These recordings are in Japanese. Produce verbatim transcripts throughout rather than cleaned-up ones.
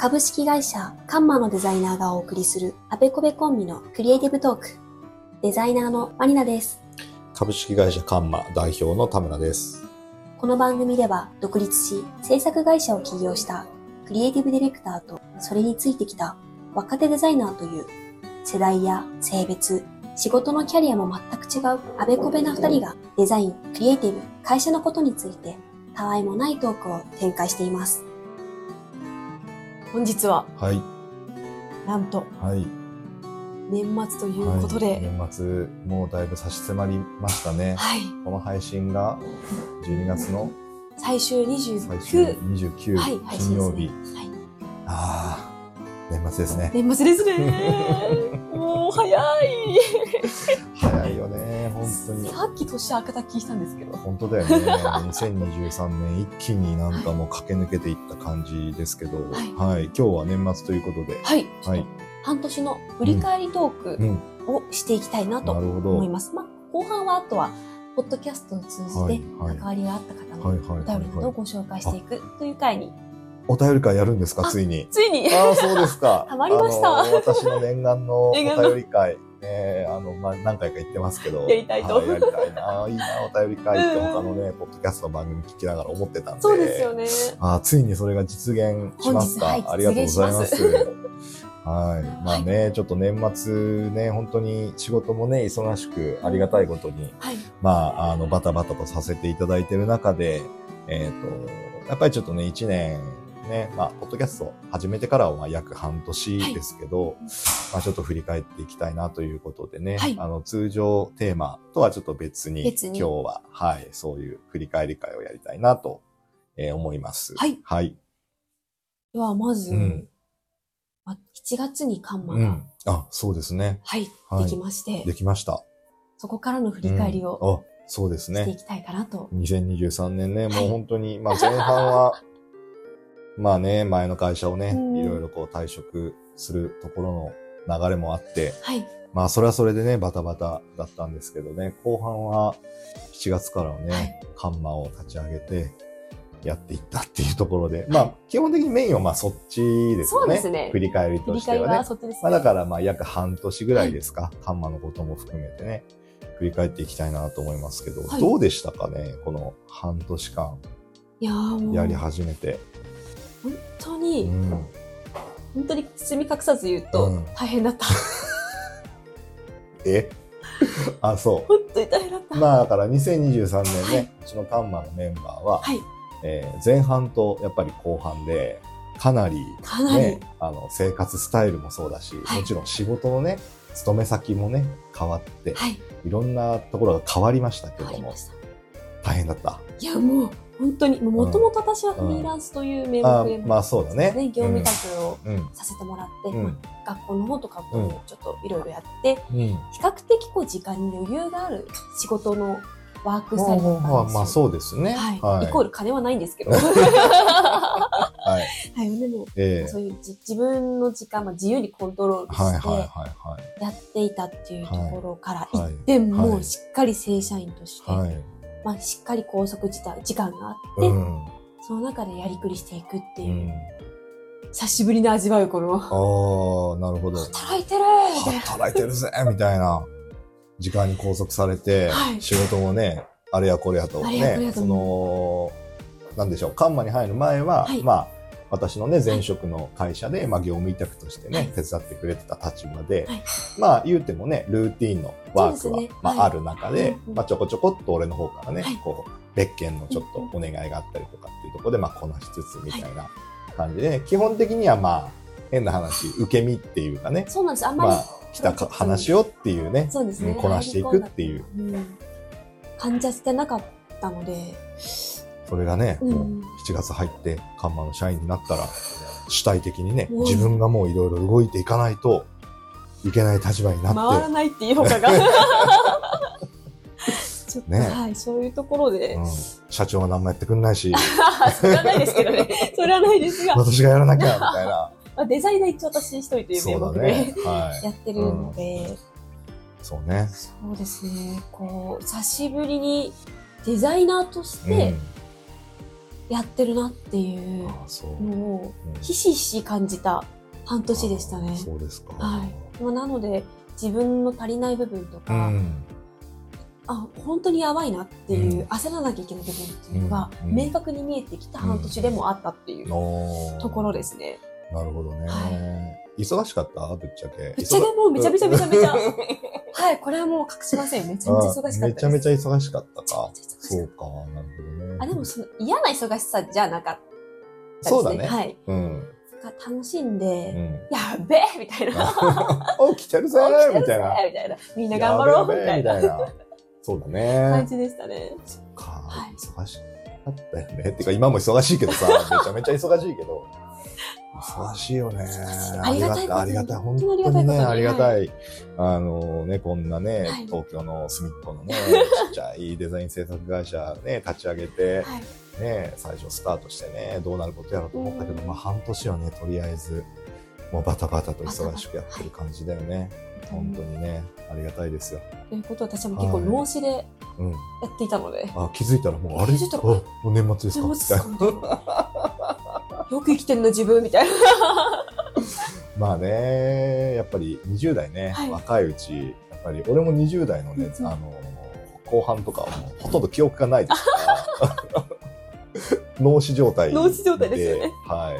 株式会社カンマのデザイナーがお送りするあべこべコンビのクリエイティブトーク。デザイナーのマリナです。 株式会社カンマ代表の田村です。 この番組では独立し制作会社を起業したクリエイティブディレクターとそれについてきた若手デザイナーという世代や性別、仕事のキャリアも全く違うあべこべな二人がデザイン、クリエイティブ、会社のことについてたわいもないトークを展開しています。本日は、 はい。 なんと、 はい。 年末ということで、 はい、年末、もうだいぶ差し迫りましたね。 はい。 この配信がじゅうにがつの最終にじゅうく、 最終にじゅうく、はい、金曜日。 はい。 ああ、年末ですね。 年末ですね。もう早い。 早いよね、本当に。 さっき年明けた気したんですけど。 本当だよね。にせんにじゅうさんねん一気になんかもう駆け抜けていった感じですけど、はい。はい、今日は年末ということで。 はい。はい。半年の振り返りトークをしていきたいなと思います。うんうん、まあ、後半はあとは、ポッドキャストを通じて関わりがあった方のお便りなどをご紹介していくという回に。 お便り会やるんですか、ついに。 ついに。 ああ、そうですか。 たまりました。 私の念願のお便り会。ね、あの、まあ、何回か言ってますけど。 やりたいと。 やりたいな。いいな、お便り会って他のね、ポッドキャストの番組聞きながら思ってたんで。 そうですよね。 ああ、ついにそれが実現しました。はい、ありがとうございます。はい。まあね、はい、ちょっと年末ね、本当に仕事もね、忙しくありがたいことに、はい、まあ、あの、バタバタとさせていただいている中で、えっと、やっぱりちょっとね、一年、ね、まあ、ポッドキャスト始めてからはまあ約半年ですけど、はい、まあちょっと振り返っていきたいなということでね、はい、あの、通常テーマとはちょっと別に、別に今日は、はい、そういう振り返り会をやりたいなと、えー、思います。 はい。 はい。 では、まず、うんまあ、しちがつにカンマが、うん、 あ、そうですね。 はい、はい、できまして。 できました。 そこからの振り返りを、 うん、あ、そうですね。 していきたいかなと。 にせんにじゅうさんねんね、もう本当に、まあ前半は、まあね、前の会社をね、いろいろこう退職するところの流れもあって、はい、まあそれはそれでね、バタバタだったんですけどね、後半はしちがつからはね、はい、カンマを立ち上げてやっていったっていうところで、はい、まあ基本的にメインはまあそっちですよね。そうですね。振り返りとしてはね。振り返りはそっちですね。まあだからまあ約半年ぐらいですか、はい、カンマのことも含めてね、振り返っていきたいなと思いますけど、はい、どうでしたかね、この半年間。 いやーもう。 やり始めて。 本当に、うん、本当に包み隠さず言うと、うん、大変だった。 えあ、そう。 本当に大変だった。 まあだからにせんにじゅうさんねんね、はい、うちのカンマのメンバーは、はいえー、前半とやっぱり後半で、かなり、ね、 かなりあの生活スタイルもそうだし、はい、もちろん仕事のね、勤め先もね、変わって、はい、いろんなところが変わりましたけども、大変だった。 いやもう、本当に、もともと私はフリーランスという名目で、 うん、まあそうだね。 業務委託をさせてもらって、うんまあ、学校の方とかもちょっといろいろやって、うん、比較的こう時間に余裕がある仕事のワークスタイルだったんですよ。 まあそうですね。 はい。はい、イコール金はないんですけど。はい。はい。でも、えー、そういうじ自分の時間、まあ、自由にコントロールしてやっていたっていうところから一転、もうしっかり正社員として、はいまあ、しっかり拘束時間があって、うん、その中でやりくりしていくっていう、うん、久しぶりに味わうこの、 ああ、なるほど。 働いてる働いてるぜみたいな。時間に拘束されて、はい、仕事もね、あれやこれやとね、その、なんでしょう、カンマに入る前は、はい、まあ、私のね、前職の会社で、まあ、業務委託としてね、はい、手伝ってくれてた立場で、はい、まあ、言うてもね、ルーティーンのワークは、ねまあ、はい、ある中で、まあ、ちょこちょこっと俺の方からね、はい、こう、別件のちょっとお願いがあったりとかっていうところで、まあ、こなしつつみたいな感じで、ね、基本的にはまあ、変な話、受け身っていうかね。 そうなんです、あんまり。まあ来た話をっていうね、そうですね、こなしていくっていう、うん、 感じてなかったので、 それがね、うん、もうしちがつ入ってカンマの社員になったら主体的にね、自分がもういろいろ動いていかないといけない立場になって回らないっていう他がちょっと、ね、はい、そういうところで、うん、 社長が何もやってくんないしそれはないですけどね、それはないですが私がやらなきゃみたいなデザイナー一応私一人という名目で、ねはい、やってるので、うん、 そうね。 そうですね。こう久しぶりにデザイナーとしてやってるなっていうのをひしひし感じた半年でしたね。 そうですか。 はい。まあ、なので自分の足りない部分とか、うん、あ、本当にやばいなっていう、うん、焦らなきゃいけない部分っていうのが、うん、明確に見えてきた半年でもあったっていうところですね。 うん、なるほどね。はい、忙しかったぶっちゃけ。 ぶっちゃけもうめちゃめちゃめちゃめちゃ。はい、これはもう隠しません。めちゃめちゃ忙しかったです。 めちゃめちゃ忙しかったか。そうか、なるほどね。 あ、でもその嫌な忙しさじゃなかったですね。 そうだね。 はい。 うん。 楽しんで、うん、やべえみたいな。 起きてるぜみたいな。 みたいな。みんな頑張ろうみたいな。 そうだね。 感じでしたね。 そっか、はい、忙しかったよね。ってか今も忙しいけどさ、めちゃめちゃ忙しいけど。忙しいよね。 ありがたい。 ありがたい。本当にね、ありがたい。あのね、こんなね、東京の隅っこのね、ちっちゃいデザイン制作会社ね、立ち上げて、ね、最初スタートしてね、どうなることやろうと思ったけど、まあ半年はね、とりあえず、もうバタバタと忙しくやってる感じだよね。本当にね、ありがたいですよ。 ということは私も結構脳死でやっていたので。 あ、気づいたらもう、あれ、もう年末ですかみたいな。 よく生きてるの自分みたいな。 まあね、やっぱりにじゅう代ね、はい、若いうち、やっぱり俺もにじゅう代のね、うん、あの、後半とかはもうほとんど記憶がないですから、脳死状態で。 脳死状態ですよね。 はい。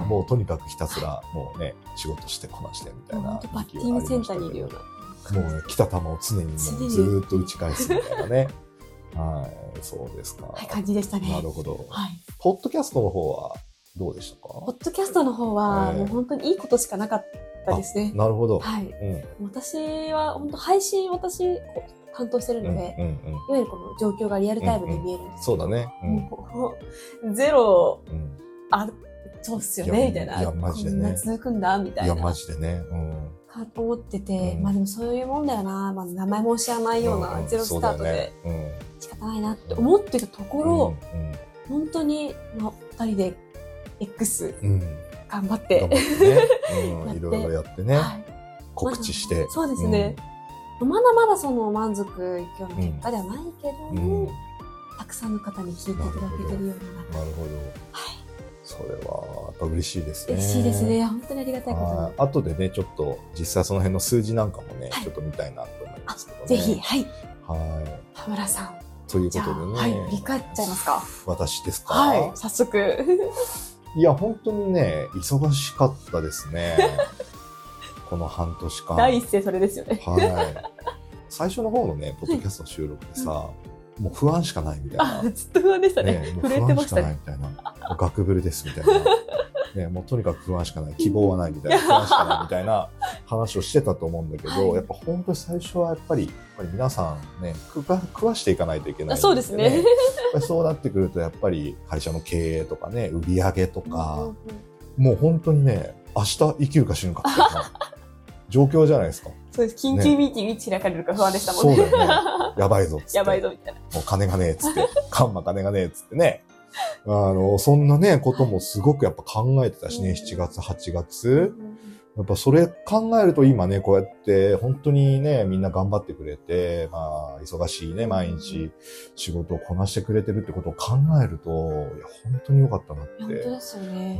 もうとにかくひたすら、もうね、仕事してこなしてみたいな。 バッティングセンターにいるような。 もうね、来た球を常にもうずーっと打ち返すみたいなね。はい、そうですか。 はい、感じでしたね。 なるほど。はい。ポッドキャストの方は、どうでしたか？ ポッドキャストの方は、もう本当にいいことしかなかったですね。 なるほど。 はい。うん、私は本当配信、私、担当してるので、うんうんうん、いわゆるこの状況がリアルタイムで見えるんですけど、 うんうん、そうだね。うん、 もうゼロ、うん、あ、そうっすよね、みたいな。 いや、マジでね。 こんな続くんだ、みたいな。 いや、マジでね。うん。 かと思ってて、うん、まあでもそういうもんだよな、まあ名前も知らないような、うん、ゼロスタートで、うん、仕方ないなって思ってたところ、うんうん、本当に、まあ、二人で、X、うん、頑張って。頑張ってね。うん、いろいろやってね。はい、告知して。 そうですね。うん、まだまだその満足いくような結果ではないけども、うん、たくさんの方に聞いていただけてるようになった。 なるほど。はい。それは、やっぱ嬉しいですね。 嬉しいですね。本当にありがたいことに。 あとでね、ちょっと実際その辺の数字なんかもね、はい、ちょっと見たいなと思いますけどね。 ぜひ、はい。 はい。 田村さん。 ということでね。 はい。振り返っちゃいますか。 私ですか。 はい。早速。 いや、本当にね、忙しかったですね。この半年間。 第一声それですよね。 はい。最初の方のね、ポッドキャストの収録でさ、はい、もう不安しかないみたいな。 ずっと不安でしたね。ね、 もう不安しかないみたいな。ガクブルですみたいな。ね、もうとにかく不安しかない。希望はないみたいな。不安しかないみたいな話をしてたと思うんだけど、はい、やっぱ本当に最初はやっぱり、やっぱり皆さんね、食わしていかないといけない、ね。 そうですね。 そうなってくると、やっぱり会社の経営とかね、売り上げとか、もう本当にね、明日生きるか死ぬかっていう状況じゃないですか。 そうです。緊急ミーティングいつ開かれるか不安でしたもんね。 そうだよね。やばいぞっつって。 やばいぞみたいな。 もう金がねえっつって。カンマ金がねえっつってね。あの、そんなね、こともすごくやっぱ考えてたしね、しちがつ、はちがつ。やっぱそれ考えると今ね、こうやって本当にね、みんな頑張ってくれて、まあ、忙しいね、毎日仕事をこなしてくれてるってことを考えると、いや、本当に良かったなって。 本当ですよね。 うん。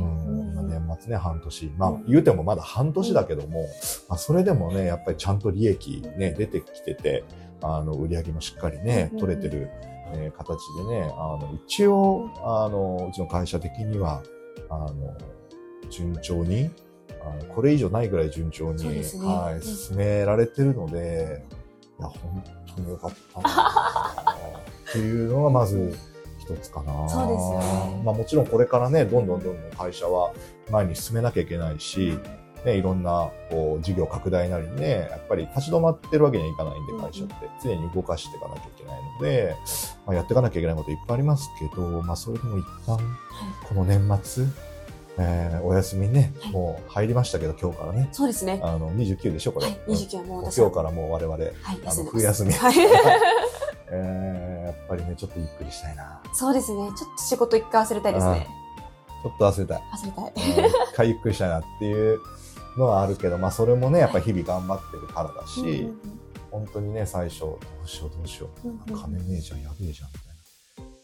まあ、年末ね、半年。まあ、言うてもまだ半年だけども、まあ、それでもね、やっぱりちゃんと利益ね、出てきてて、あの、売り上げもしっかりね、取れてる。えー、形でね、あの、一応、あの、うちの会社的には、あの、順調に、あのこれ以上ないぐらい順調に、ね、はい、進められてるので、いや、本当に良かったなっていうのがまず一つかな。 そうですよね。 まあもちろんこれからね、どんどんどんどん会社は前に進めなきゃいけないし、ね、いろんな、こう、事業拡大なりにね、やっぱり立ち止まってるわけにはいかないんで、会社って。常に動かしていかなきゃいけないので、まあ、やっていかなきゃいけないこといっぱいありますけど、まあ、それでも一旦、この年末、えー、お休みね、はい、もう入りましたけど、今日からね。 そうですね。 あの、にじゅうくでしょ、これ。 はい、にじゅうくはもう私今日からもう我々、はい、あの、冬休み。はい。えー、やっぱりね、ちょっとゆっくりしたいな。 そうですね。ちょっと仕事一回忘れたいですね。 ちょっと忘れたい。 忘れたい。 一回ゆっくりしたいなっていうのはあるけど、まあそれもね、やっぱり日々頑張ってるからだし、はい、本当にね、最初、どうしようどうしよう。うんうん、金ねえじゃん、やべえじゃん、みたいな。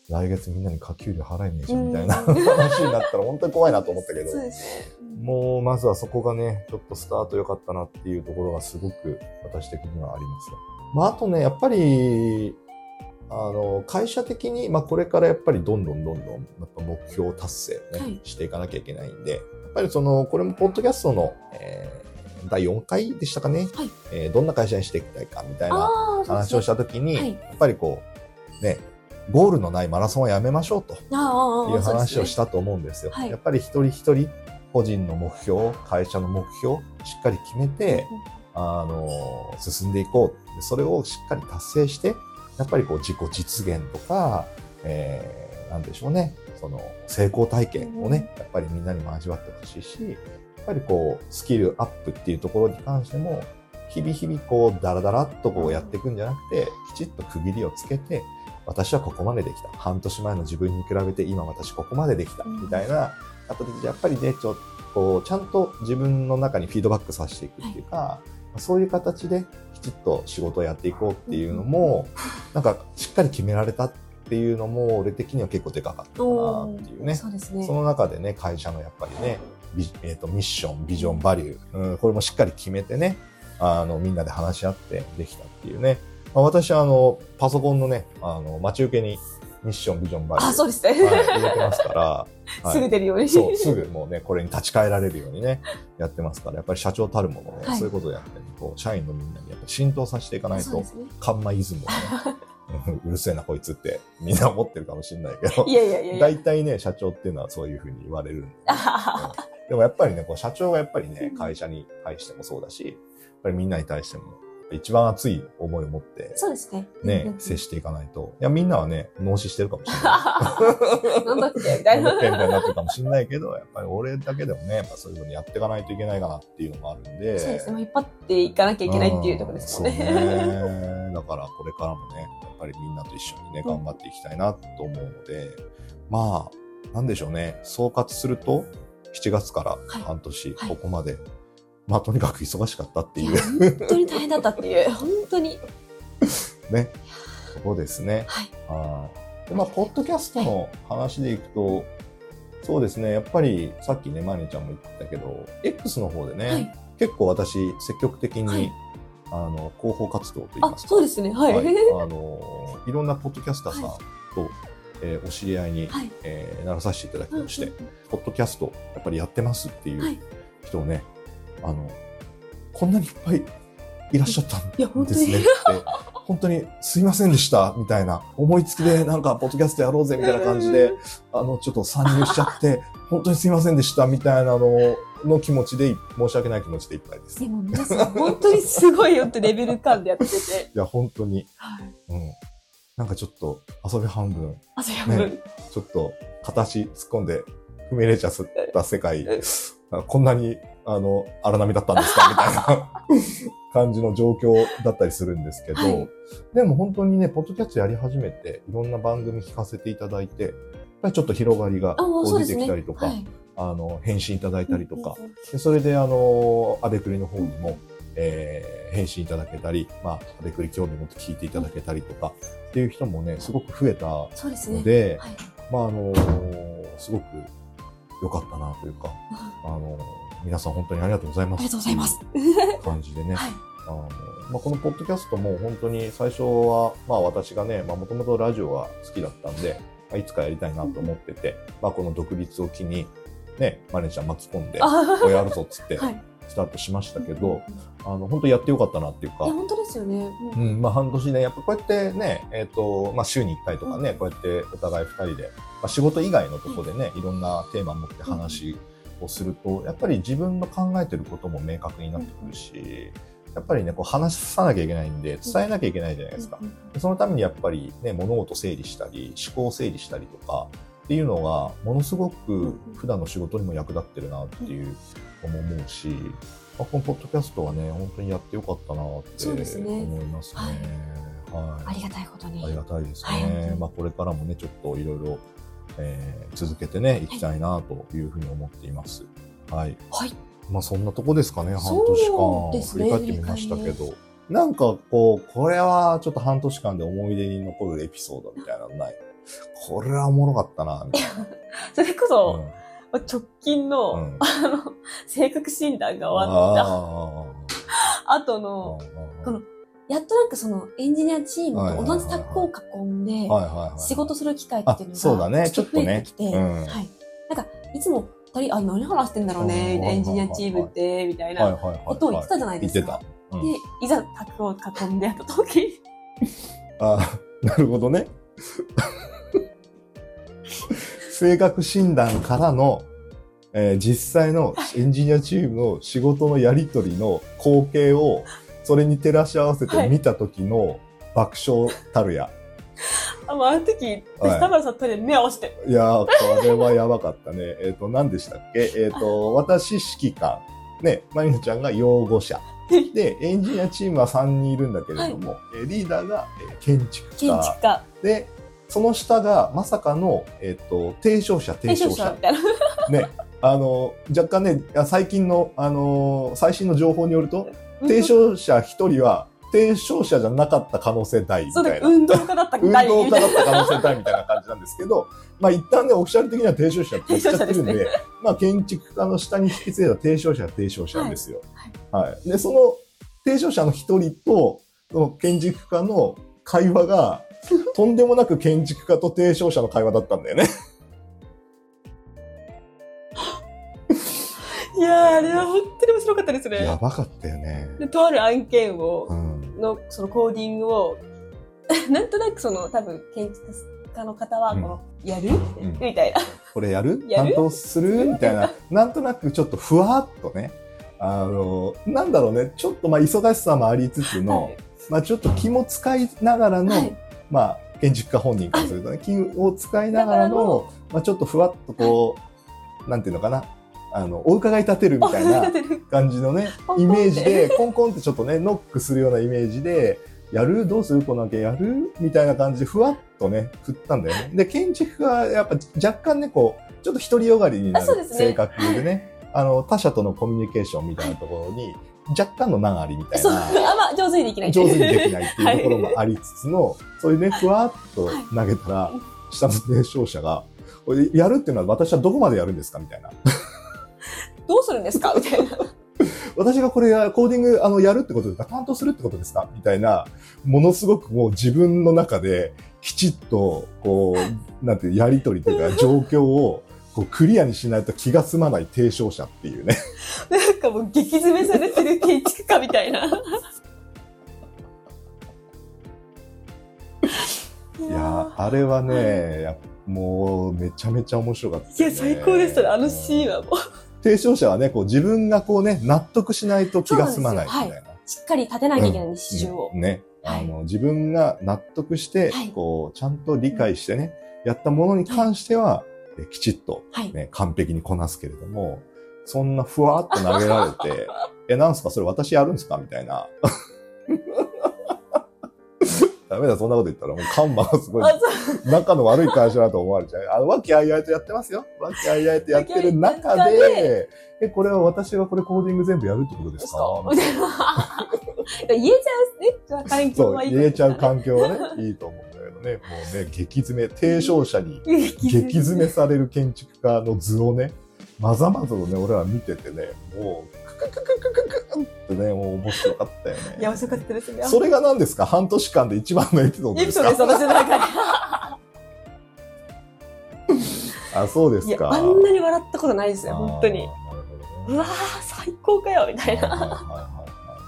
来月みんなに下給料払えねえじゃんみたいな話になったら本当に怖いなと思ったけど、 そうですね、 もうまずはそこがね、ちょっとスタート良かったなっていうところがすごく私的にはありますよ。まああとね、やっぱり、あの、会社的に、まあこれからやっぱりどんどんどんどん、やっぱ目標達成をね、はい、していかなきゃいけないんで、やっぱりその、これもポッドキャストの、えー、だいよんかいでしたかね、はい、えー、どんな会社にしていきたいかみたいな話をしたときに、はい、やっぱりこう、ね、ゴールのないマラソンはやめましょうという話をしたと思うんですよ。すね、はい、やっぱり一人一人個人の目標、会社の目標をしっかり決めて、うん、あの、進んでいこう。それをしっかり達成して、やっぱりこう自己実現とか、えー、なんでしょうね。その成功体験をね、やっぱりみんなにも味わってほしいし、やっぱりこうスキルアップっていうところに関しても、日々日々こうダラダラっとこうやっていくんじゃなくて、きちっと区切りをつけて、私はここまでできた。半年前の自分に比べて今私ここまでできた。みたいな形でやっぱりね、ちょっとこうちゃんと自分の中にフィードバックさせていくっていうか、はい、そういう形できちっと仕事をやっていこうっていうのも、なんかしっかり決められたっていうのも俺的には結構でかかったかなっていうね。 そうですね。 その中でね、会社のやっぱりね、えーと、ミッション、ビジョン、バリュー、うん、これもしっかり決めてね、あの、みんなで話し合ってできたっていうね。まあ、私はあの、パソコンのね、あの、待ち受けにミッション、ビジョン、バリュー。 あ、そうですね。 はい、入れてますから。はい、 すぐ出るように。 そう、すぐもうね、これに立ち返られるようにね、やってますから、やっぱり社長たるものね、はい、そういうことをやって、ね、こう、社員のみんなにやっぱ浸透させていかないと、ね、カンマイズムをね、うるせえなこいつってみんな思ってるかもしれないけど、 いやいやいやいや、 大体ね、社長っていうのはそういうふうに言われるんで、ね、うん、でもやっぱりね、こう社長がやっぱりね、会社に対してもそうだし、やっぱりみんなに対しても、一番熱い思いを持って、 そうですね。 ね、接していかないと。いや、みんなはね、脳死してるかもしれない。 なんだっけみたいな。 なんだっけみたいになってるかもしれないけど、やっぱり俺だけでもね、やっぱそういうふうにやっていかないといけないかなっていうのもあるんで。 そうですね。引っ張っていかなきゃいけないっていうところですもんね。 そうね。だからこれからもね、やっぱりみんなと一緒にね、頑張っていきたいなと思うので、うん、まあ、なんでしょうね。総括すると、しちがつから半年、ここまで、はいはい、まあとにかく忙しかったっていう。 本当に大変だったっていう、本当に。 ね。そうですね。 はい。 あで、まあ、ポッドキャストの話でいくと、はい、そうですね。やっぱり、さっきね、マネちゃんも言ってたけど、X の方でね、はい、結構私、積極的に、はい、あの、広報活動といいますか。 あ、そうですね。はい。はい、 あの、いろんなポッドキャスターさんと、はい、えー、お知り合いに、はい、えー、ならさせていただきまして、うんうんうん、ポッドキャスト、やっぱりやってますっていう人をね、あの、こんなにいっぱいいらっしゃったんですねって、本当にすいませんでした、みたいな、思いつきでなんか、ポッドキャストやろうぜ、みたいな感じで、あの、ちょっと参入しちゃって、本当にすいませんでした、みたいなのの気持ちで、申し訳ない気持ちでいっぱいです。 でも皆さん、本当にすごいよってレベル感でやってて。 いや、本当に。はい。うん。なんかちょっと、遊び半分。 遊び半分。 ね、ちょっと、片足突っ込んで、踏み入れちゃった世界、こんなに、あの、荒波だったんですかみたいな感じの状況だったりするんですけど、はい、でも本当にね、ポッドキャストやり始めて、いろんな番組聞かせていただいて、やっぱりちょっと広がりが出てきたりとか、ね、はい、あの、返信いただいたりとか、でそれであの、あべくりの方にも、えー、返信いただけたり、まあ、あべくり興味持って聞いていただけたりとか、っていう人もね、すごく増えたので、そうですね、はい、まあ、あの、すごく良かったなというか、あの、皆さん本当にありがとうございます。 ありがとうございます。 感じでね。 はい、 あのまあ、このポッドキャストも本当に最初は、まあ私がね、まあもともとラジオは好きだったんで、まあ、いつかやりたいなと思ってて、うん、まあこの独立を機に、ね、マネちゃん巻き込んで、こうやるぞっつって、スタートしましたけど、はい、あの本当やってよかったなっていうか。 いや、本当ですよね。 うん、うん、まあ半年ね、やっぱこうやってね、えっ、ー、と、まあ週にいっかいとかね、うん、こうやってお互い二人で、まあ仕事以外のところでね、いろんなテーマを持って話、うんをすると、やっぱり自分の考えてることも明確になってくるし、やっぱりね、こう話さなきゃいけないんで、伝えなきゃいけないじゃないですか。そのためにやっぱりね、物事整理したり、思考を整理したりとか、っていうのが、ものすごく普段の仕事にも役立ってるなっていうのも思うし、このポッドキャストはね、本当にやってよかったなって思いますね。 はい。ありがたいことに。 ありがたいですね。はい、まあこれからもね、ちょっといろいろえー、続けてね、いきたいなというふうに思っています。はい。 はい。 まあそんなとこですかね、半年間。振り返ってみましたけど。なんかこう、これはちょっと半年間で思い出に残るエピソードみたいなのない？ これはおもろかったな、みたいな。 それこそ、 うん、 直近の、うん、あの、性格診断が終わった後の、この、やっとなんかそのエンジニアチームと同じタッグを囲んで、仕事する機会っていうのが、 そうだね、ちょっと増えてきて、 はい。なんか、いつも二人、あ、何話してんだろうね、エンジニアチームって、みたいなことを言ってたじゃないですか。で、いざタッグを囲んでやった時に。 ああ、なるほどね。性格診断からの、えー、実際のエンジニアチームの仕事のやり取りの光景を、それに照らし合わせて見た時の爆笑たるや。 あの、あの時、私、田村さんと目合わせて。 いやー、これはやばかったね。えっ、ー、と、何でしたっけえっ、ー、と、私、指揮官。ね、まりなちゃんが擁護者。で、エンジニアチームはさんにんいるんだけれども、はい、リーダーが建築家。 建築家。 で、その下がまさかの、えっ、ー、と、提唱者、提唱者。ね、あの、若干ね、最近の、あの、最新の情報によると、提唱者一人は、提唱者じゃなかった可能性大みたいな。そうで、 運動家だった運動家だった可能性大みたいな感じなんですけど、まあ一旦ね、オフィシャル的には提唱者って言っちゃってるんで、でね、まあ建築家の下に引き継いだ提唱者は提唱者なんですよ。はい。はい、で、その提唱者の一人と、その建築家の会話が、とんでもなく建築家と提唱者の会話だったんだよね。 いやー、あれは本当に面白かったですね。 やばかったよね。 で、とある案件を、うん、の、そのコーディングを、なんとなくその、多分、建築家の方は、この、うん、やる、うん、みたいな。 これやる担当するみたいな。なんとなくちょっとふわっとね、あの、なんだろうね、ちょっとまあ忙しさもありつつの、はい、まあちょっと気も使いながらの、はい、まあ建築家本人からするとね、気を使いながらの、まあちょっとふわっとこう、なんていうのかな、あの、お伺い立てるみたいな感じのね、イメージで、コンコンってちょっとね、ノックするようなイメージで、やるどうするこの件やるみたいな感じで、ふわっとね、振ったんだよね。で、建築がやっぱ若干ね、こう、ちょっと独りよがりになる性格でね、あの、他者とのコミュニケーションみたいなところに、若干の難ありみたいな。 そう、あんま上手にできない。 上手にできないっていうところもありつつの、はい、そういうね、ふわっと投げたら、下の提唱者が、やるっていうのは私はどこまでやるんですかみたいな。 どうするんですかみたいな。 私がこれや、コーディング、あの、やるってことですか担当するってことですかみたいな、ものすごくもう自分の中で、きちっと、こう、なんていう、やりとりというか、状況を、こう、クリアにしないと気が済まない提唱者っていうね。 なんかもう激詰めされてる建築家みたいな。いや、あれはね、やもう、めちゃめちゃ面白かった、ね。 いや、最高でしたね。あのシーンはもう。 提唱者はね、こう自分がこうね、納得しないと気が済まないみたいな。はい、 しっかり立てなきゃいけないんです、支柱を。 ね。あの、自分が納得して、こう、ちゃんと理解してね、やったものに関しては、えきちっと、ね、完璧にこなすけれども、そんなふわっと投げられて、え、なんすかそれ私やるんすかみたいな。ダメだ、そんなこと言ったらもうカンマがすごい、仲の悪い会社だと思われちゃう。あの、和気あいあいとやってますよ。和気あいあいとやってる中で、え、これは私がこれコーディング全部やるってことですかみたいな。 言えちゃうね、環境はいい。 そう、言えちゃう環境はね、いいと思うんだけどね。もうね、激詰め、提唱者に激詰めされる建築家の図をね、まざまざとね、俺は見ててね、もう、クククククククってね、もう面白かったよね。 いや、面白かったですね。 それが何ですか半年間で一番のエピソードですか？ エピソードです、私の中で。 あ、そうですか。いや、 あんなに笑ったことないですよ、本当に。なるほどね。うわー、最高かよ、みたいな。はいはいはい。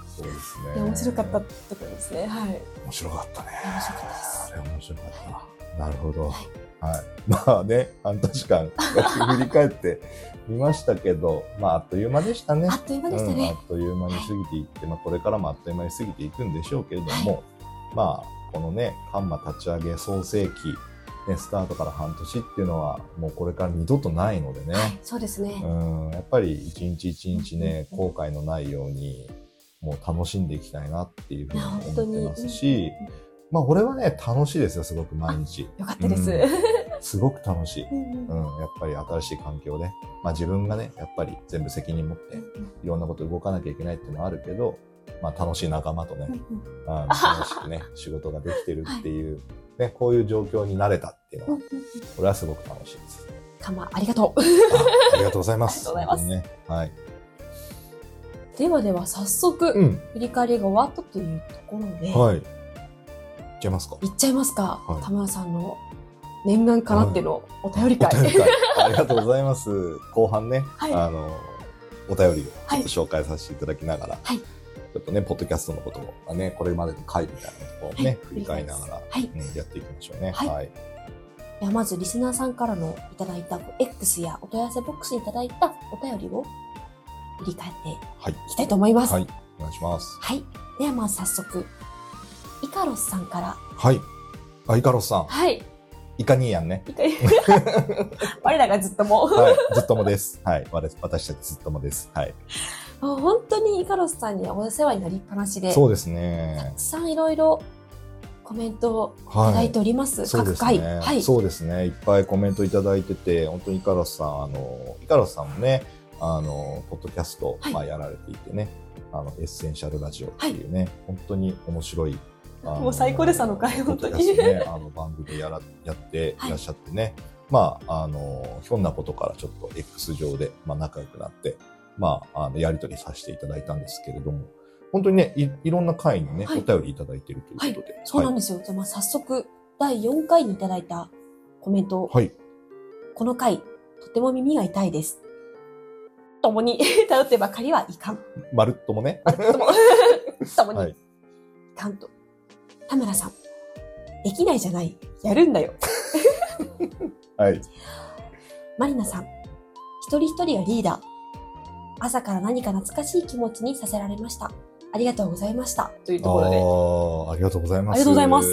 そうですね。いや、面白かったってことですね。はい。 面白かったね。 面白かったです。 あれ面白かった。なるほど。はい。はい、まあね、半年間振り返ってみましたけど、まああっという間でしたね。 あっという間でしたね。 うん、あっという間に過ぎていって、はい、まあこれからもあっという間に過ぎていくんでしょうけれども、はい、まあこのね、カンマ立ち上げ創世期、ね、スタートから半年っていうのはもうこれから二度とないのでね。はい、 そうですね。 うん、やっぱり一日一日ね、後悔のないように、もう楽しんでいきたいなっていうふうに思ってますし、まあ俺はね、楽しいですよ、すごく毎日。 よかったです。 うん、すごく楽しい。うん、やっぱり新しい環境で、まあ自分がね、やっぱり全部責任持って、いろんなこと動かなきゃいけないっていうのはあるけど、まあ楽しい仲間とね、あの楽しくね、仕事ができてるっていうね、こういう状況になれたっていうのは、これはすごく楽しいです。 かま、ありがとう。 あ, ありがとうございます。 ありがとうございます。 ね、はい。 ではでは早速、うん、振り返りが終わったというところで、 はい。いっちゃいますか。 いっちゃいますか。はい、田村さんの念願かなってのお便り会。 はい、お便り会。ありがとうございます。後半ね、はい、あの、お便りをちょっと紹介させていただきながら、はい、ちょっとね、ポッドキャストのことをね、これまでの回みたいなところをね、はい、振り返りながら、はいうん、やっていきましょうね。はい。はい、 ではまずリスナーさんからのいただいた X やお問い合わせボックスにいただいたお便りを振り返っていきたいと思います。 はい。はい、お願いします。 はい。ではまず早速、イカロスさんから。 はい。あ、イカロスさん。 はい。 イカニーヤンね。 イカニーヤン。我らがずっとも。 はい。ずっともです。はい。私たちずっともです。はい。 本当にイカロスさんにお世話になりっぱなしで。 そうですね。 たくさんいろいろコメントをいただいております。はい、各回。 ね、はい。そうですね。いっぱいコメントいただいてて、本当にイカロスさん、あの、イカロスさんもね、あの、ポッドキャスト、はい、まあやられていてね、あの、エッセンシャルラジオっていうね、はい、本当に面白い。 もう最高です、あの回、本当に。 ね、あの番組やら、やっていらっしゃってね。はい、まあ、あの、ひょんなことからちょっと X 上で、まあ仲良くなって、まあ、あの、やりとりさせていただいたんですけれども、本当にね、い, いろんな回にね、はい、お便りいただいているということで。 はい、そうなんですよ。はい、じゃあ、まあ、早速、だいよんかいにいただいたコメント。はい。この回、とても耳が痛いです。共に、頼ってばかりはいかん。 まるっともね。 まるっとも。共に、はい、いかんと。田村さん、できないじゃない。やるんだよ。 はい。 マリナさん、一人一人がリーダー。朝から何か懐かしい気持ちにさせられました。ありがとうございました。というところで。 ああ、ありがとうございます。 ありがとうございます。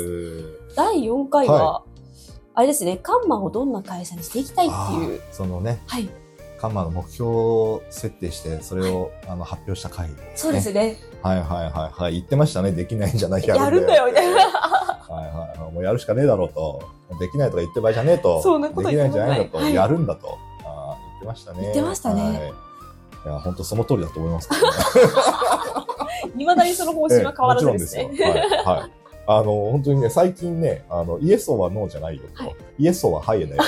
だいよんかいは、はい、あれですね、カンマをどんな会社にしていきたいっていう。 そのね。 はい。 カンマの目標設定して、それを、はい、あの発表した回ですね。 そうですね。 はいはいはいはい。言ってましたね。できないんじゃないやるんだよ。やるんだよ、みたいな。 はいはい。もうやるしかねえだろうと。できないとか言ってる場合じゃねえと。 そんなこと言ってない。できないんじゃないのと。はい、やるんだと。あ言ってましたね。 言ってましたね。はい、 いや、本当その通りだと思いますけどね。 未だにその方針は変わらずですね。 もちろんですよ。はい。はい。あの、本当にね、最近ね、あの、イエスはノーじゃないよと。はい、イエスははいだよ。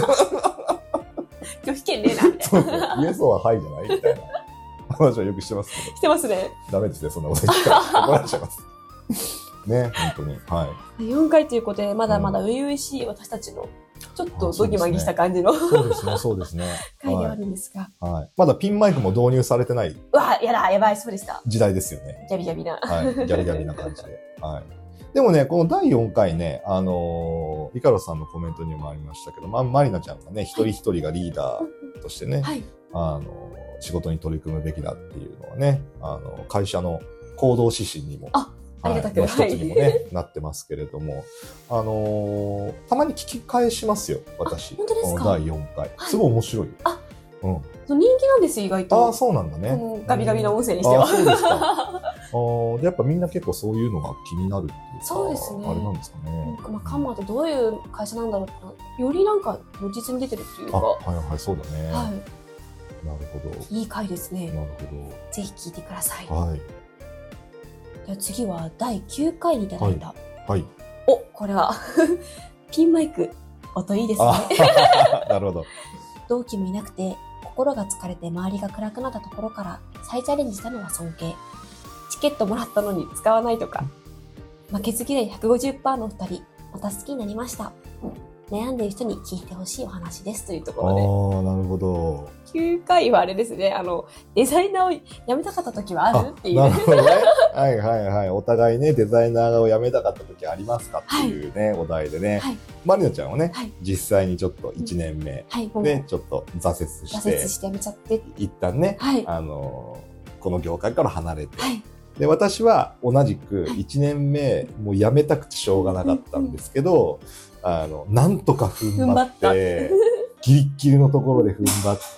拒否権ねえな。 そうそう。イエスははいじゃないみたいな話はよくしてますけど。 してますね。 ダメですね、そんなこと言ったら。怒られちゃいます。ね、本当に。はい。 よんかいということで、まだまだ初々しい私たちの、ちょっとドギマギした感じの、 そうですね、そうですね。 回ではあるんですが、 はい。はい。まだピンマイクも導入されてない。 うわ、やだ、やばい、そうでした。 時代ですよね。 ギャビギャビな。 はい。ギャビギャビな感じで。はい。でもね、このだいよんかいね、あのー、イカロさんのコメントにもありましたけど、まあ、マリナちゃんがね、一人一人がリーダーとしてね、はい、あのー、仕事に取り組むべきだっていうのはね、あのー、会社の行動指針にも、 あありがたく、 はい、一つにもね、はい、なってますけれども、あのー、たまに聞き返しますよ、私。 本当ですか？ このだいよんかい。すごい面白いよ。 あ、うん。人気なんですよ、意外と。 ああ、そうなんだね。 このガビガビの音声にしては。 あそうですか。あでやっぱみんな結構そういうのが気になるっていうか、 そうですね。 あれなんですかね。 まあ、カンマってどういう会社なんだろうって、よりなんか如実に出てるっていうか。 はいはい、そうだね。 はい。 なるほど。 いい回ですね。 なるほど。 ぜひ聞いてください。 はい。 では次はだいきゅうかいにいただいた。はい。 はい、 お、これはピンマイク、音いいですね。 なるほど。 同期もいなくて、心が疲れて周りが暗くなったところから再チャレンジしたのは尊敬。チケットもらったのに使わないとか。負けず嫌い ひゃくごじゅっパーセント のふたり、また好きになりました。悩んでいる人に聞いてほしいお話ですというところで。 ああ、なるほど。 きゅうかいはあれですね、あの、デザイナーを辞めたかった時はあるっていう。 なるほどね。はいはいはい。お互いね、デザイナーを辞めたかった時ありますかっていうね、はい、お題でね。はい、マリナちゃんはね、はい、実際にちょっといちねんめで、ちょっと挫折して。 挫折して辞めちゃって。 一旦ね、はい、あの、この業界から離れて。はいで、私は同じくいちねんめ、もう辞めたくてしょうがなかったんですけど、あの、なんとか踏ん張って、ギリッギリのところで踏ん張って、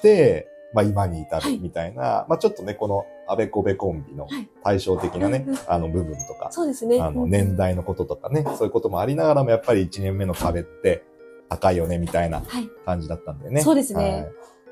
まあ今に至るみたいな、はい、まあちょっとね、このあべこべコンビの対照的なね、はい、あの部分とか、 そうですね。 あの年代のこととかね、そういうこともありながらもやっぱりいちねんめの壁って高いよねみたいな感じだったんだよね。 はい、そうですね。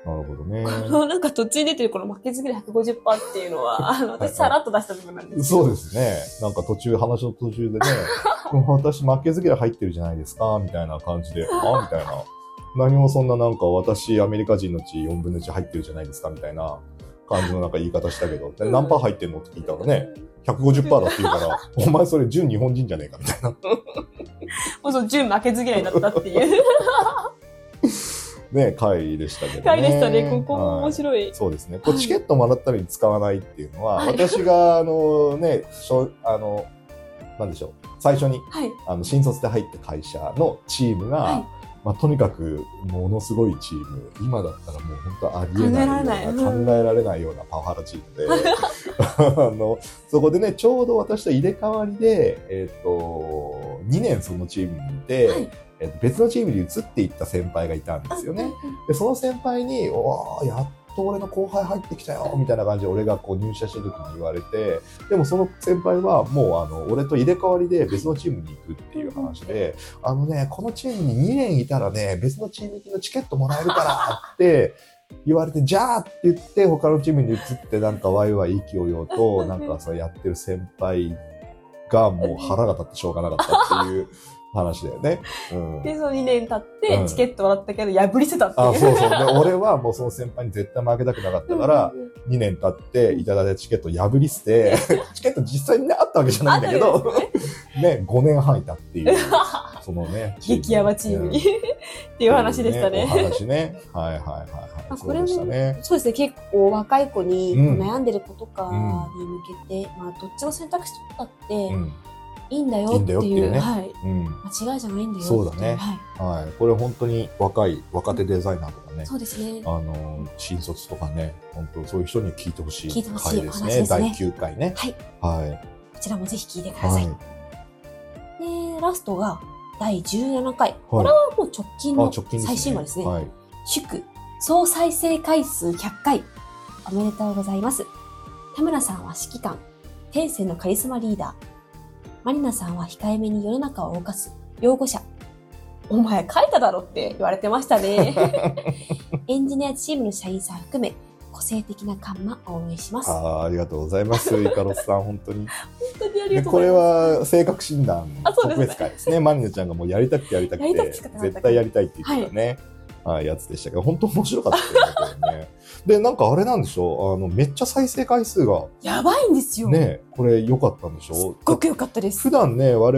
なるほどね。 このなんか途中に出てるこの負けず嫌い ひゃくごじゅっパーセント っていうのは、あの、私さらっと出した部分なんですよ。 そうですね。なんか途中、話の途中でね、私負けず嫌い入ってるじゃないですか、みたいな感じで、あみたいな。何もそんななんか私アメリカ人のうちよんぶんのいち入ってるじゃないですか、みたいな感じのなんか言い方したけど、で何パー入ってんのって聞いたらね、ひゃくごじゅっパーセント だって言うから、お前それ純日本人じゃねえか、みたいな。もうそう、純負けず嫌いだったっていう。 ね、回でしたけどね。 回でしたね。ここも面白い。 はい、そうですね。こうチケットもらったのに使わないっていうのは、はい、私が、あのね、しょあの、なんでしょう。最初に、はい、あの新卒で入った会社のチームが、はい、まあ、とにかくものすごいチーム。今だったらもう本当ありえないような、考えられないようなパワハラチームで、あの、そこでね、ちょうど私と入れ替わりで、えっと、にねんそのチームにいて、はい、別のチームに移っていった先輩がいたんですよね。で、その先輩に、おー、やっと俺の後輩入ってきたよみたいな感じで俺がこう入社した時に言われて、でもその先輩はもうあの、俺と入れ替わりで別のチームに行くっていう話で、あのね、このチームににねんいたらね、別のチーム行きのチケットもらえるからって言われて、じゃあって言って他のチームに移ってなんかワイワイ意気揚々となんかそうやってる先輩がもう腹が立ってしょうがなかったっていう話だよね。うん、で、そのにねん経ってチケットもらったけど破り捨てたっていう。あ、そうそう。で、俺はもうその先輩に絶対負けたくなかったから、にねん経っていただいたチケット破り捨て、チケット実際にね、あったわけじゃないんだけど、ね、ごねんはんいたっていう、そのね。激ヤバチームに。っていう話でしたね。お話ね。はいはいはいはい。これも、そうですね、結構若い子に悩んでる子とかに向けて、まあ、どっちの選択肢取ったって、いいんだよっていう、いいいうね、はい、うん、間違いじゃないんだよっていう。そうだね。はい。はい。これ本当に若い、若手デザイナーとかね。そうですね。あの、新卒とかね、本当そういう人に聞いてほしい回ですね。だいきゅうかいね。はい。はい。こちらもぜひ聞いてください。はい、で、ラストがだいじゅうななかい。はい、これはもう直近の最新話ですね。はい。祝、総再生回数ひゃっかい。おめでとうございます。田村さんは指揮官、天性のカリスマリーダー。マリナさんは控えめに世の中を動かす擁護者。お前書いただろって言われてましたね。エンジニアチームの社員さん含め、個性的なカンマを応援します。ああ、ありがとうございます。イカロスさん、本当に。本当にありがとうございます。これは性格診断特別会ですね。マリナちゃんがもうやりたくてやりたくて、絶対やりたいって言ってたね。はい、やつでしたけど、本当面白かったですよね。で、なんかあれなんでしょう、あの、めっちゃ再生回数が。やばいんですよ。ね、これ良かったんでしょう。すっごく良かったです。普段ね、我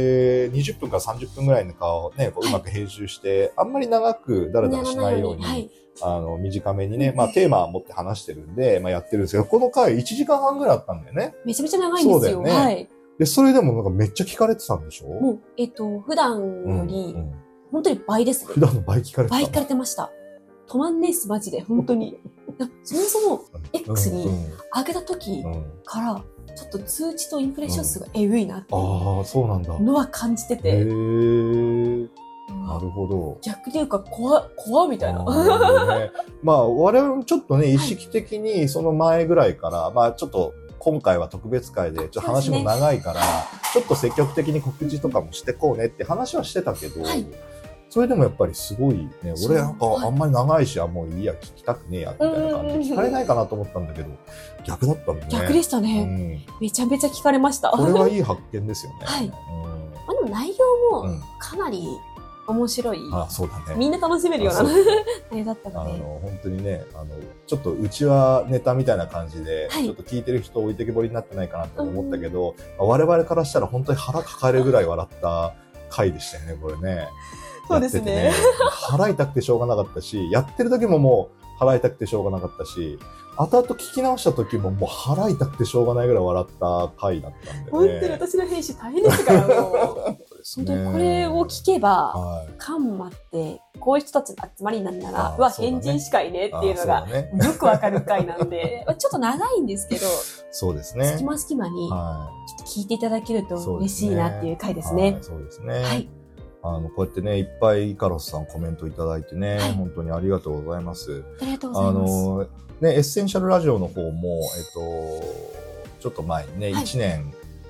々にじゅっぷんからさんじゅっぷんぐらいの顔をね、こううまく編集して、はい、あんまり長くダラダラしないように、はい、あの、短めにね、まあテーマを持って話してるんで、まあやってるんですけど、この回いちじかんはんぐらいあったんだよね。めちゃめちゃ長いんですよ。そうだよね。はい。で、それでもなんかめっちゃ聞かれてたんでしょ。もう、えっと、普段より、うんうん、本当に倍ですね。普段の倍聞かれてた。倍聞かれてました。止まんねえっす、マジで。本当に。そもそも、X に上げた時から、ちょっと通知とインプレッション数がえぐいなっていうのは感じてて。へー。なるほど。逆に言うか、怖、怖みたいな。ね、まあ、我々もちょっとね、意識的にその前ぐらいから、はい、まあ、ちょっと、今回は特別会で、ちょっと話も長いから、ね、ちょっと積極的に告知とかもしてこうねって話はしてたけど、はい、それでもやっぱりすごいね、俺なんかあんまり長いし、あ、もういいや、聞きたくねえや、みたいな感じで聞かれないかなと思ったんだけど、逆だったんだね。逆でしたね、うん。めちゃめちゃ聞かれました。これはいい発見ですよね。はい。うん、まあ、でも内容もかなり面白い。うん、あ、そうだね。みんな楽しめるような内容だったので。あの、本当にね、あの、ちょっとうちはネタみたいな感じで、はい、ちょっと聞いてる人置いてけぼりになってないかなと思ったけど、うん、我々からしたら本当に腹抱えるぐらい笑った回でしたよね、これね。そうですね。腹痛くてしょうがなかったし、やってる時ももう腹痛くてしょうがなかったし、後々聞き直した時ももう腹痛くてしょうがないぐらい笑った回だったんでね。本当に私の編集大変ですから、もう。本当にこれを聞けば、はい、カンマってこういう人たちの集まりなんなら、うわ、変人しかいねっていうのがよくわかる回なんで、ちょっと長いんですけど、そうですね。隙間隙間にちょっと聞いていただけると嬉しいなっていう回ですね。そうですね。はい。あの、こうやってね、いっぱいイカロスさんコメントいただいてね、はい、本当にありがとうございます。ありがとうございます。あの、ね、エッセンシャルラジオの方も、えっと、ちょっと前にね、はい、いちねん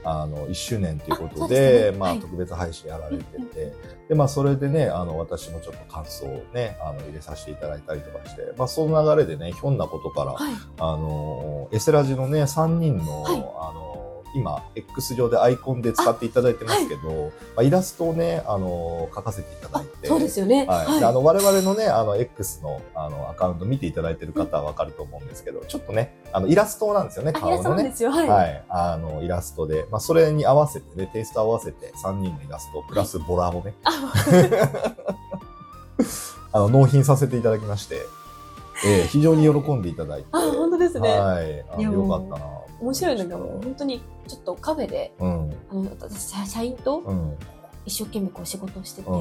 あの、いっしゅうねんということで、でね、まあ、はい、特別配信やられてて、うんうん、で、まあ、それでね、あの、私もちょっと感想をね、あの、入れさせていただいたりとかして、まあ、その流れでね、ひょんなことから、はい、あの、エセラジのね、さんにんの、はい、あの、今、X 上でアイコンで使っていただいてますけど、はい、まあ、イラストをね、あの、描かせていただいて。 そうですよね。 はい。はい、あの、我々のね、あの、X の、あの、アカウント見ていただいてる方はわかると思うんですけど、うん、ちょっとね、あの、イラストなんですよね、顔のね。イラストなんですよ、はい。はい。あの、イラストで、まあ、それに合わせてね、テイスト合わせてさんにんのイラスト、プラスボラをね、はい、あの、納品させていただきまして、えー、非常に喜んでいただいて。 あ、本当ですね。 はい。あ、よかったな。 面白いのがもう本当にちょっとカフェで、うん、あの私社員と一生懸命こう仕事をしてて、うん、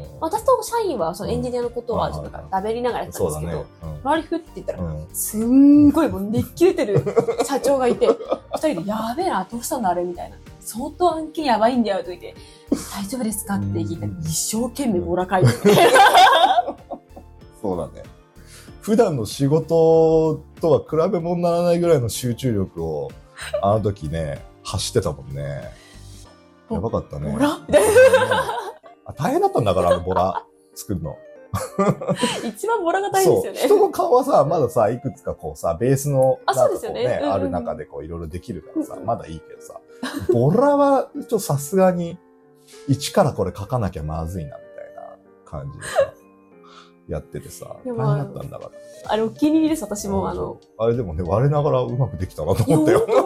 私と社員はそのエンジニアのことはちょっと食べりながらやってたんですけど、ね、うん、周りふって言ったら、うん、すんごいもう熱切れてる社長がいて、二人でやべえな、どうしたんだあれみたいな。相当案件やばいんだよと言って、大丈夫ですかって聞いたら、一生懸命ボラ書いてて。 そうだね。普段の仕事とは比べ物にならないぐらいの集中力をあの時ね走ってたもんね。やばかったね。 ボラあ、大変だったんだからあのボラ作るの。 一番ボラが大変ですよね。 人の顔はさまださいくつかこうさベースのなんかこうね、ね、うんうん、ある中でこういろいろできるからさ、まだいいけどさ、ボラはちょっとさすがに一からこれ書かなきゃまずいなみたいな感じでさ。やっててさ、大変だったんだから。 あれお気に入りです、私も。あの、 あれでもね、我ながらうまくできたなと思ったよ。 本当に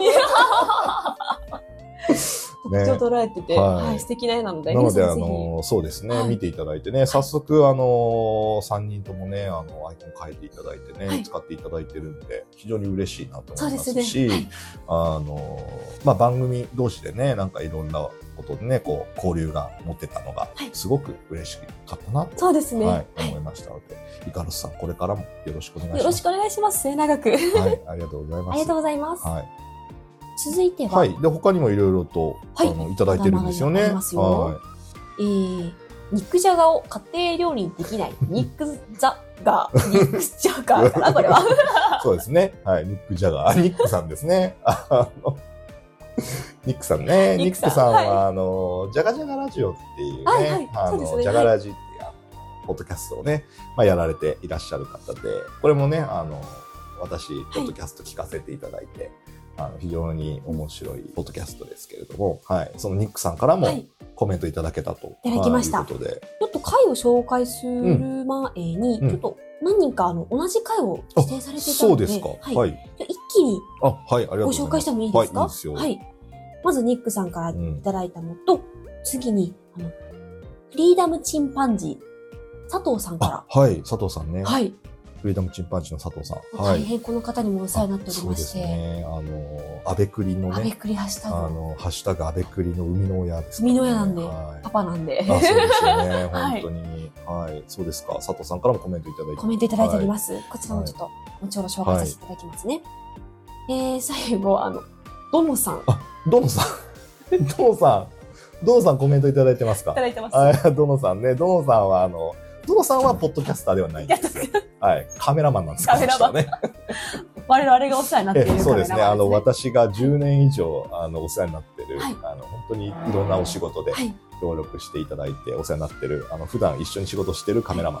特徴捉えてて、ね、はい、はい、素敵な絵なので。 なので、あの、そうですね、はい、見ていただいてね、早速、あの、さんにんともね、あの、アイコン変えていただいてね、はい、使っていただいてるんで、非常に嬉しいなと思いますし、ね、はい、あの、まあ、番組同士でね、なんかいろんなことでね、こう、交流が持ってたのが、すごく嬉しかったなと、 そうですね。 はい、思いましたので、イカロスさん、これからもよろしくお願いします。 よろしくお願いします。末永く。 はい、ありがとうございます。 ありがとうございます。 はい。 続いては、 はい、で他にもいろいろと、はい、あのいただいてるんですよね。 ありますよ。はい、えー、肉じゃがを家庭料理にできない肉ザガー、肉じゃがーかなこれは。 そうですね。はい、肉じゃがー、ニックさんですね。あのニックさんね、ニックさんは、はい、あのじゃがじゃがラジオっていうね、はいはい、あの、ね、じゃがラジっていうポッドキャストをね、まあやられていらっしゃる方で、これもね、あの私ポッドキャスト聞かせていただいて。はい、あの非常に面白いポッドキャストですけれども、はい、そのニックさんからもコメントいただけたと、 はい、いただきました。 ということで、 ちょっと回を紹介する前に、うん、ちょっと何人かあの同じ回を指定されていたので、 そうですか。 はい。 はい、 一気にあ、はい、ありがとうご紹介してもいいですか？ はい、いいですよ。 はい。まずニックさんからいただいたのと、うん、次にあのフリーダムチンパンジー佐藤さんから。 はい、佐藤さんね。 はい。 フリーダムチンパンジーの佐藤さん。 大変この方にもお世話になっておりまして。 そうですね。あの、アベクリのね。 アベクリハッシュタグ。 あの、ハッシュタグアベクリの生みの親です、 ね。生みの親なんで、はい、パパなんで。 あ、そうですよね。本当に、はい。はい。そうですか。佐藤さんからもコメントいただいて。 コメントいただいております。はい、こちらもちょっと、後ほど紹介させていただきますね。はい、えー、最後、あの、ドノさん。 あ、ドノさん。ドノさん。ドノさんコメントいただいてますか？ いただいてます。 あ、ドノさんね。ドノさんは、あの、ドノさんはポッドキャスターではないんですよ。はい。カメラマンなんですカメラマン。ね、我々がお世話になっているカメラマンですね。 そうですね。あの、私がじゅうねん以上、あの、お世話になってる、はい、あの、本当にいろんなお仕事で協力していただいてお世話になってる、あの、普段一緒に仕事してるカメラマン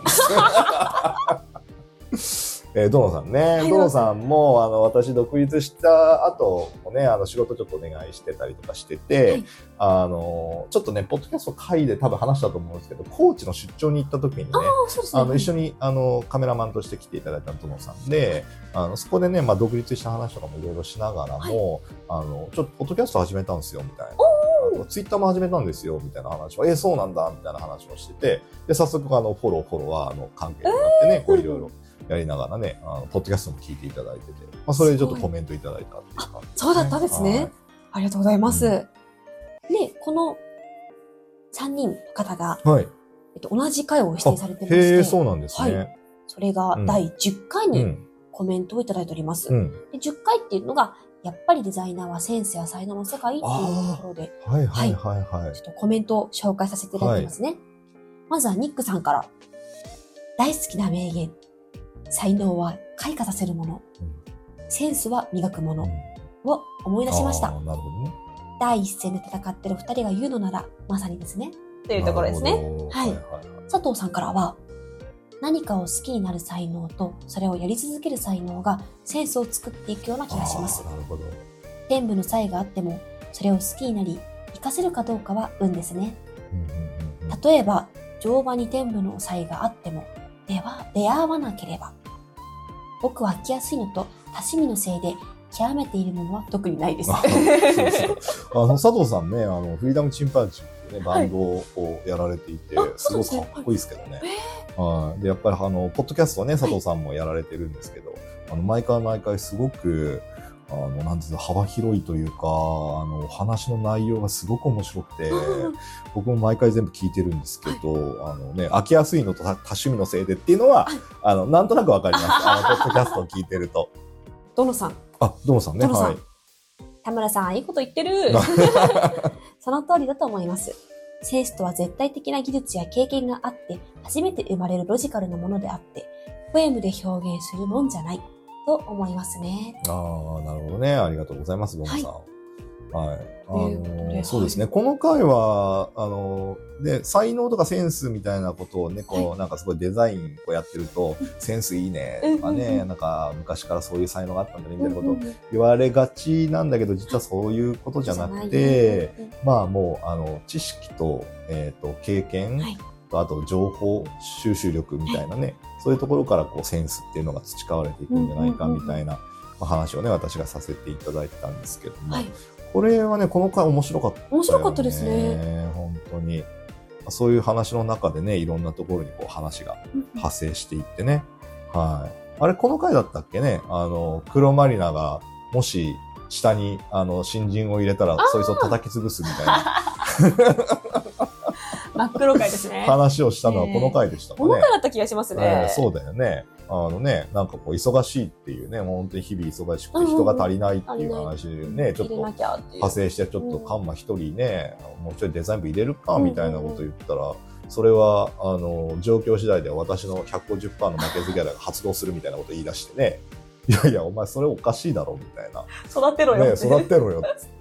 です。えー、ドノさんね。はい、ドノさんも、あの、私独立した後もね、あの、仕事ちょっとお願いしてたりとかしてて、はい、あの、ちょっとね、ポッドキャスト会で多分話したと思うんですけど、高知の出張に行った時にね、あ、あの、一緒に、あの、カメラマンとして来ていただいたドノさんで、あの、そこでね、まあ、独立した話とかもいろいろしながらも、はい、あの、ちょっとポッドキャスト始めたんですよ、みたいな。ツイッターも始めたんですよ、みたいな話を、えー、そうなんだ、みたいな話をしてて、で、早速、あの、フォロー、フォロワーの関係になってね、こういろいろ、やりながらね、あの、ポッドキャストも聞いていただいてて、まあ、それでちょっとコメントいただいたっていう感じ、ね、 そうだったんですね。はい、ありがとうございます。うん、で、このさんにんの方が、はい、えっと、同じ回を指定されてまして、 へー、そうなんですね。はい。 それがだいじゅっかいにコメントをいただいております。うん、でじゅっかいっていうのが、やっぱりデザイナーはセンスや才能の世界っていうところで、 はいはいはいはい。 ちょっとコメントを紹介させていただきますね。はい、まずはニックさんから、大好きな名言。才能は開花させるもの、うん、センスは磨くものを思い出しました。 うん、なるほどね。 第一線で戦ってる二人が言うのなら、まさにですね。というところですね。はい。はいはい、佐藤さんからは、何かを好きになる才能と、それをやり続ける才能がセンスを作っていくような気がします。 なるほど。 天賦の才があっても、それを好きになり、活かせるかどうかは運ですね。うんうんうん、例えば、乗馬に天賦の才があっても、では、出会わなければ。僕は飽きやすいのと、多趣味のせいで、極めているものは特にないです。 あの佐藤さんね、あのフリーダムチンパンジーっていうね、バンドをやられていて、はい、すごくかっこいいですけどね。はい、でやっぱりあのポッドキャストはね、佐藤さんもやられてるんですけど、はい、あの毎回毎回すごくあのなんていうの幅広いというか、あの話の内容がすごく面白くて、僕も毎回全部聞いてるんですけど、はい、あのね飽きやすいのと多趣味のせいでっていうのは、はい、あのなんとなくわかります。あのポッドキャストを聞いてると。 どのさん。 あ、どのさんね。はい。 田村さん、いいこと言ってる。その通りだと思います。センスとは絶対的な技術や経験があって、初めて生まれるロジカルなものであって、ポエムで表現するもんじゃない、と思いますね。 ああ、なるほどね。ありがとうございます、どのさん。はい。はい、あのそうですね、はい、この回はあので才能とかセンスみたいなことをねこう、はい、なんかすごいデザインをやってると、うん、センスいいねとかね、うん、なんか昔からそういう才能があったんだねみたいなことを言われがちなんだけど、実はそういうことじゃなくて、うん、まあもうあの知識と、えー、と経験、はい、とあと情報収集力みたいなね、はい、そういうところからこうセンスっていうのが培われていくんじゃないかみたいな、まあ、話をね私がさせていただいてたんですけども、はい、これはね、この回面白かったよね。 面白かったですね。 本当に。そういう話の中でね、いろんなところにこう話が派生していってね。うん、はい。あれ、この回だったっけね、あの、黒マリナが、もし、下に、あの、新人を入れたら、そいつを叩き潰すみたいな。 真っ黒回ですね。 話をしたのはこの回でしたかね。 この回だった気がしますね。 えー、そうだよね。あのね、なんかこう忙しいっていうね、もう本当に日々忙しくて人が足りないっていう話でね、ちょっと派生してちょっとカンマ一人ね、もうちょいデザイン部入れるかみたいなこと言ったら、それはあの状況次第では私の ひゃくごじゅっパーセント の負けず嫌いが発動するみたいなこと言い出してね、いやいやお前それおかしいだろみたいな。 育てろよ。 ね、育てろよっつって。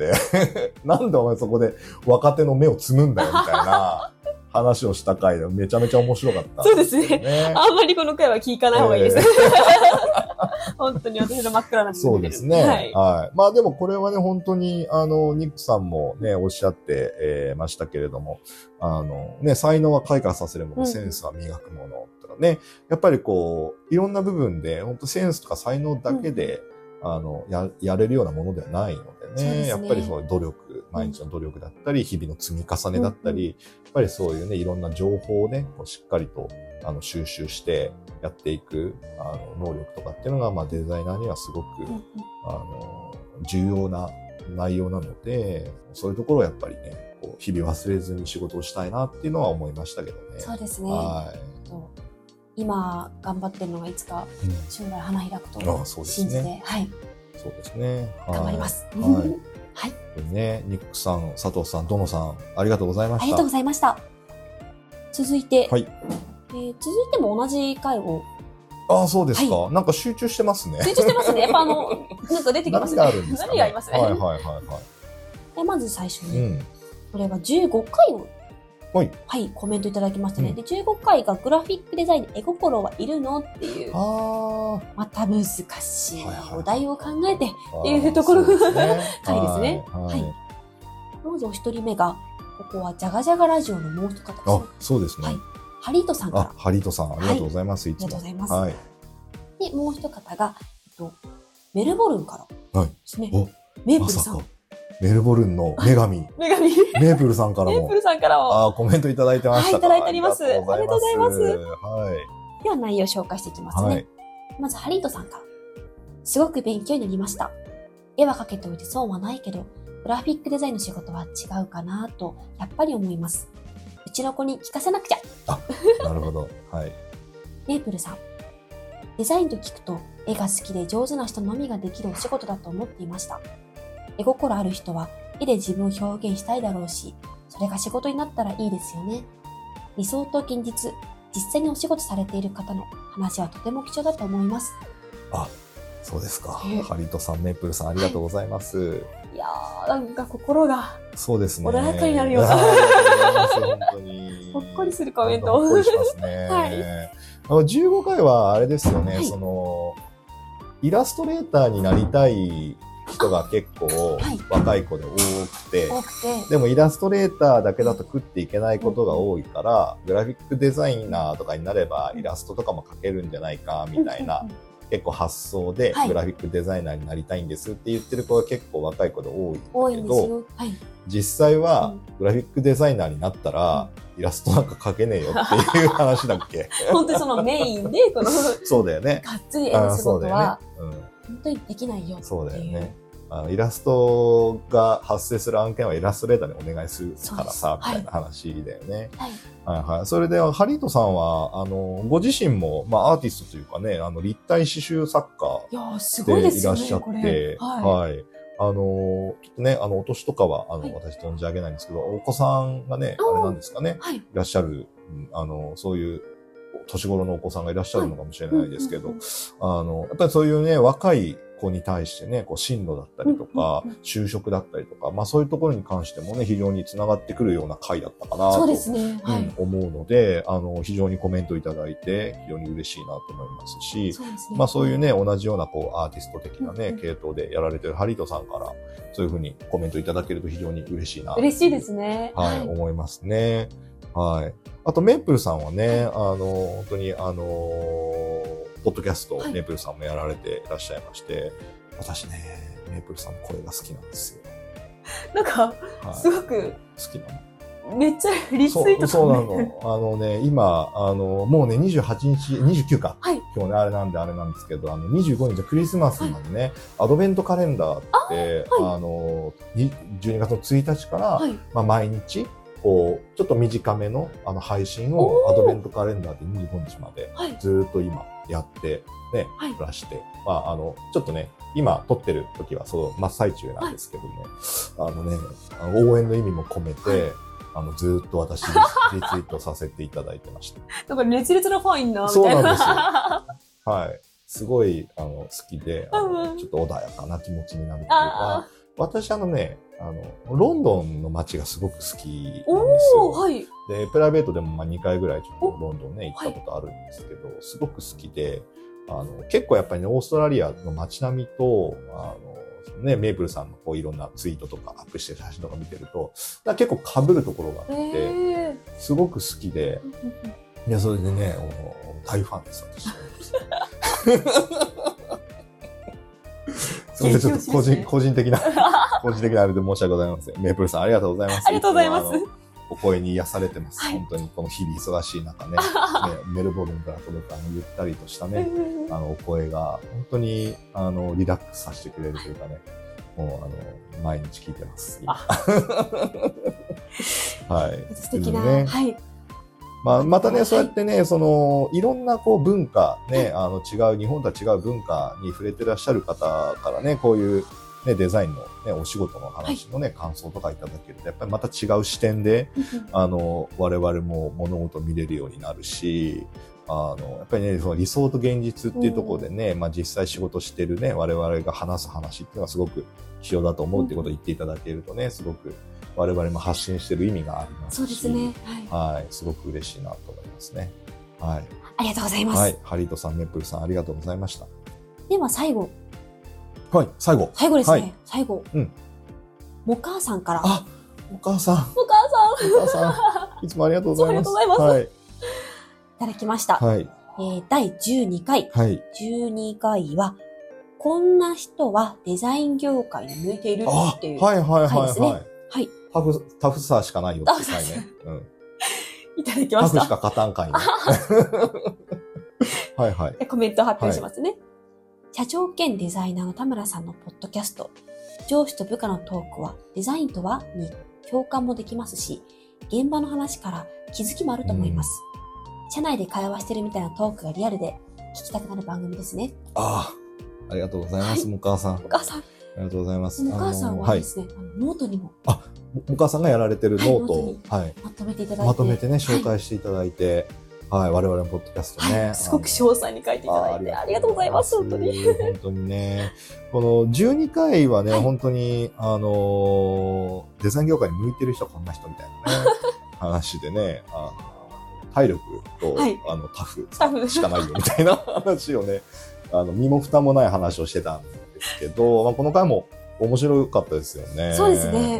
なんでお前そこで若手の目を摘むんだよみたいな。話をした回でめちゃめちゃ面白かった、 ね。そうですね。あんまりこの回は聞かない方がいいです。えー、本当に私の真っ暗な部分。 そうですね。はい。はい。まあでもこれはね、本当に、あの、ニックさんもね、おっしゃって、えー、ましたけれども、あの、ね、才能は開花させるもの、センスは磨くもの、とかね、やっぱりこう、いろんな部分で、本当センスとか才能だけで、うん、あの、や、やれるようなものではないのでね、ねやっぱりそういう努力、毎日の努力だったり、日々の積み重ねだったり、うんうん、やっぱりそういうね、いろんな情報をね、こうしっかりとあの収集してやっていくあの能力とかっていうのが、まあ、デザイナーにはすごく、うんうん、あの重要な内容なので、そういうところをやっぱりね、こう日々忘れずに仕事をしたいなっていうのは思いましたけどね。 そうですね。はい。今頑張ってるのがいつか将来花開くと信じて、うんね、はい。 そうですね。 頑張ります。はい。 はい。ね、ニックさん、佐藤さん、ドノさん、ありがとうございました。 ありがとうございました。続いて、 はい。 えー、続いても同じ回を。 ああ、そうですか、はい。なんか集中してますね。 集中してますね。やっぱあの、なんか出てきますね。 何があるんですかね。 何がありますね。 はいはいはいはい。 でまず最初に、うん、これはじゅうごかいを、 はい、 はい、コメントいただきましたね。うん、で、じゅうごかいがグラフィックデザインに絵心はいるのっていう、 あまた難しいお題を考えてっていうところが、ね、回ですね。はい。はい、まずお一人目が、ここはジャガジャガラジオのもう一方ですね。 あ、そうですね。はい。 ハリートさんから。 あ、ハリートさん、ありがとうございます。はい、 いつもありがとうございます。 はい。 で、もう一方が、えっと、メルボルンからですね。 はい、 メープルさん。 まさかメルボルンの女神。 女神。 メープルさんからも。 メープルさんからも。 あ、コメントいただいてましたか。 はい、いただいております。ありがとうございます。 はい。 では内容を紹介していきますね。はい、まず、ハリートさんから。すごく勉強になりました。絵は描けておいて損はないけど、グラフィックデザインの仕事は違うかなと、やっぱり思います。うちの子に聞かせなくちゃ。 あ、なるほど。はい。 メープルさん。デザインと聞くと、絵が好きで上手な人のみができるお仕事だと思っていました。絵心ある人は、絵で自分を表現したいだろうし、それが仕事になったらいいですよね。理想と現実、実際にお仕事されている方の話はとても貴重だと思います。 あ、 そうですか。ハリトさん、メープルさん、ありがとうございます。はい、 いやー、なんか心が。 そうですね。 穏やかになるような。 ありがとうございます、本当に。 ほっこりするコメント。 ほっこりしますね。はい。あのじゅうごかいはあれですよね、はい、その、イラストレーターになりたい人が結構若い子で多くて、はい、でもイラストレーターだけだと食っていけないことが多いから、グラフィックデザイナーとかになればイラストとかも描けるんじゃないかみたいな結構発想でグラフィックデザイナーになりたいんですって言ってる子が結構若い子で多いんだけど、はい、実際はグラフィックデザイナーになったらイラストなんか描けねえよっていう話だっけ本当にそのメインでこのそうだよね、 がっつり絵の仕事は本当にできないよっていう。 そうだよね。あのイラストが発生する案件はイラストレーターにお願いするからさ、みたいな話だよね。はい。はいはい。それで、ハリートさんは、あの、ご自身も、まあ、アーティストというかね、あの、立体刺繍作家でいらっしゃって、はい、はい。あの、ちょっとね、あの、お年とかは、あの、はい、私存じ上げないんですけど、お子さんがね、あれなんですかね、はい、いらっしゃる、あの、そういう、年頃のお子さんがいらっしゃるのかもしれないですけど、あの、やっぱりそういうね、若い子に対してね、こう進路だったりとか、就職だったりとか、まあそういうところに関してもね、非常に繋がってくるような回だったかなと、そうですね、はい、うん、思うので、あの、非常にコメントいただいて、非常に嬉しいなと思いますし、そうですね、まあそういうね、同じようなこうアーティスト的なね、系統でやられてるハリートさんから、そういうふうにコメントいただけると非常に嬉しいな。 嬉しいですね。 はい、はい、思いますね。はい。あと、メープルさんはね、あの、本当に、あの、ポッドキャスト、はい、メープルさんもやられていらっしゃいまして、私ね、メープルさんの声が好きなんですよ。 なんか、はい、すごく、 好きなの。 めっちゃリツイートとか、ね、 そうなの。あのね、今、あの、もうね、にじゅうはちにち、にじゅうくか。はい、今日ね、あれなんであれなんですけど、あの、にじゅうごにちクリスマスまでね、はい、アドベントカレンダーって、あ,、はい、あの、じゅうにがつのついたちから、はい、まあ、毎日、こう、ちょっと短めのあの配信をアドベントカレンダーでにじゅうごにちまでずっと今やってね、はい、らして、まああの、ちょっとね、今撮ってる時はその真っ最中なんですけどね、はい、あのね、あの応援の意味も込めて、はい、あのずっと私リツイートさせていただいてました。 なんか熱烈なファンいんな、みたいな。 そうなんですよ。はい。すごい、あの、好きで、あのちょっと穏やかな気持ちになるっていうか、私あのね、あの、ロンドンの街がすごく好きなんですよ。はい。で、プライベートでもまあにかいぐらいちょっとロンドンね、行ったことあるんですけど、はい、すごく好きで、あの、結構やっぱりね、オーストラリアの街並みと、あの、ね、メープルさんのこういろんなツイートとかアップしてる写真とか見てると、結構被るところがあって、すごく好きで、いや、それでね、大ファンです、私。それでちょっと個人、個人的な、個人的なあれで申し訳ございません。メープルさんありがとうございます。 ありがとうございます。 お声に癒されてます。はい、本当にこの日々忙しい中ね、ねメルボルンから届くあのゆったりとしたね、あのお声が本当にあのリラックスさせてくれるというかね、もうあの毎日聞いてます。はい。 素敵な、ね、はい。 まあ、またね、そうやってね、その、いろんなこう文化、ね、あの違う、日本とは違う文化に触れてらっしゃる方からね、こういう、ね、デザインの、ね、お仕事の話のね、はい、感想とかいただけると、やっぱりまた違う視点で、あの、我々も物事を見れるようになるし、あの、やっぱりね、その理想と現実っていうところでね、まあ実際仕事してるね、我々が話す話っていうのはすごく必要だと思うっていうことを言っていただけるとね、すごく我々も発信してる意味がありますし、 そうですね。 はい。はい。すごく嬉しいなと思いますね。はい。 ありがとうございます。 はい。ハリートさん、メップルさん、ありがとうございました。 では最後。 はい、最後。 最後ですね。はい、最後。 うん。 もかあさんから。 あ、もかあさん。 もかあさん。 もかあさん。いつもありがとうございます。 ありがとうございます。 はい。いただきました。 はい。 えー、だいじゅうにかい。はい。じゅうにかいは、こんな人はデザイン業界に向いているっていう回ですね。はいはいはいはい。はい。タフ、タフさしかないよって回ね。うん。いただきました。タフしか勝たん回ね。はいはい。コメント発表しますね。はい、社長兼デザイナーの田村さんのポッドキャスト、上司と部下のトークはデザインとはに共感もできますし、現場の話から気づきもあると思います。うん、社内で会話してるみたいなトークがリアルで聞きたくなる番組ですね。ああ、ありがとうございます、はい、もかあさん。もかあさん。ありがとうございます。もかあさんはですね、あのノートにも。あ、もかあさんがやられてるノートを、はい、まとめていただいて。まとめてね、紹介していただいて、 はい、我々のポッドキャストね。 はい、すごく詳細に書いていただいて、ありがとうございます、本当に。 本当にね。このじゅうにかいはね、はい、本当に、あのー、デザイン業界に向いてる人はこんな人みたいなね、話でね、あの体力と、はい、あのタフしかないよみたいな話をね、あの身も蓋もない話をしてたんですけど、まあ、この回も面白かったですよね。 そうですね。 うん、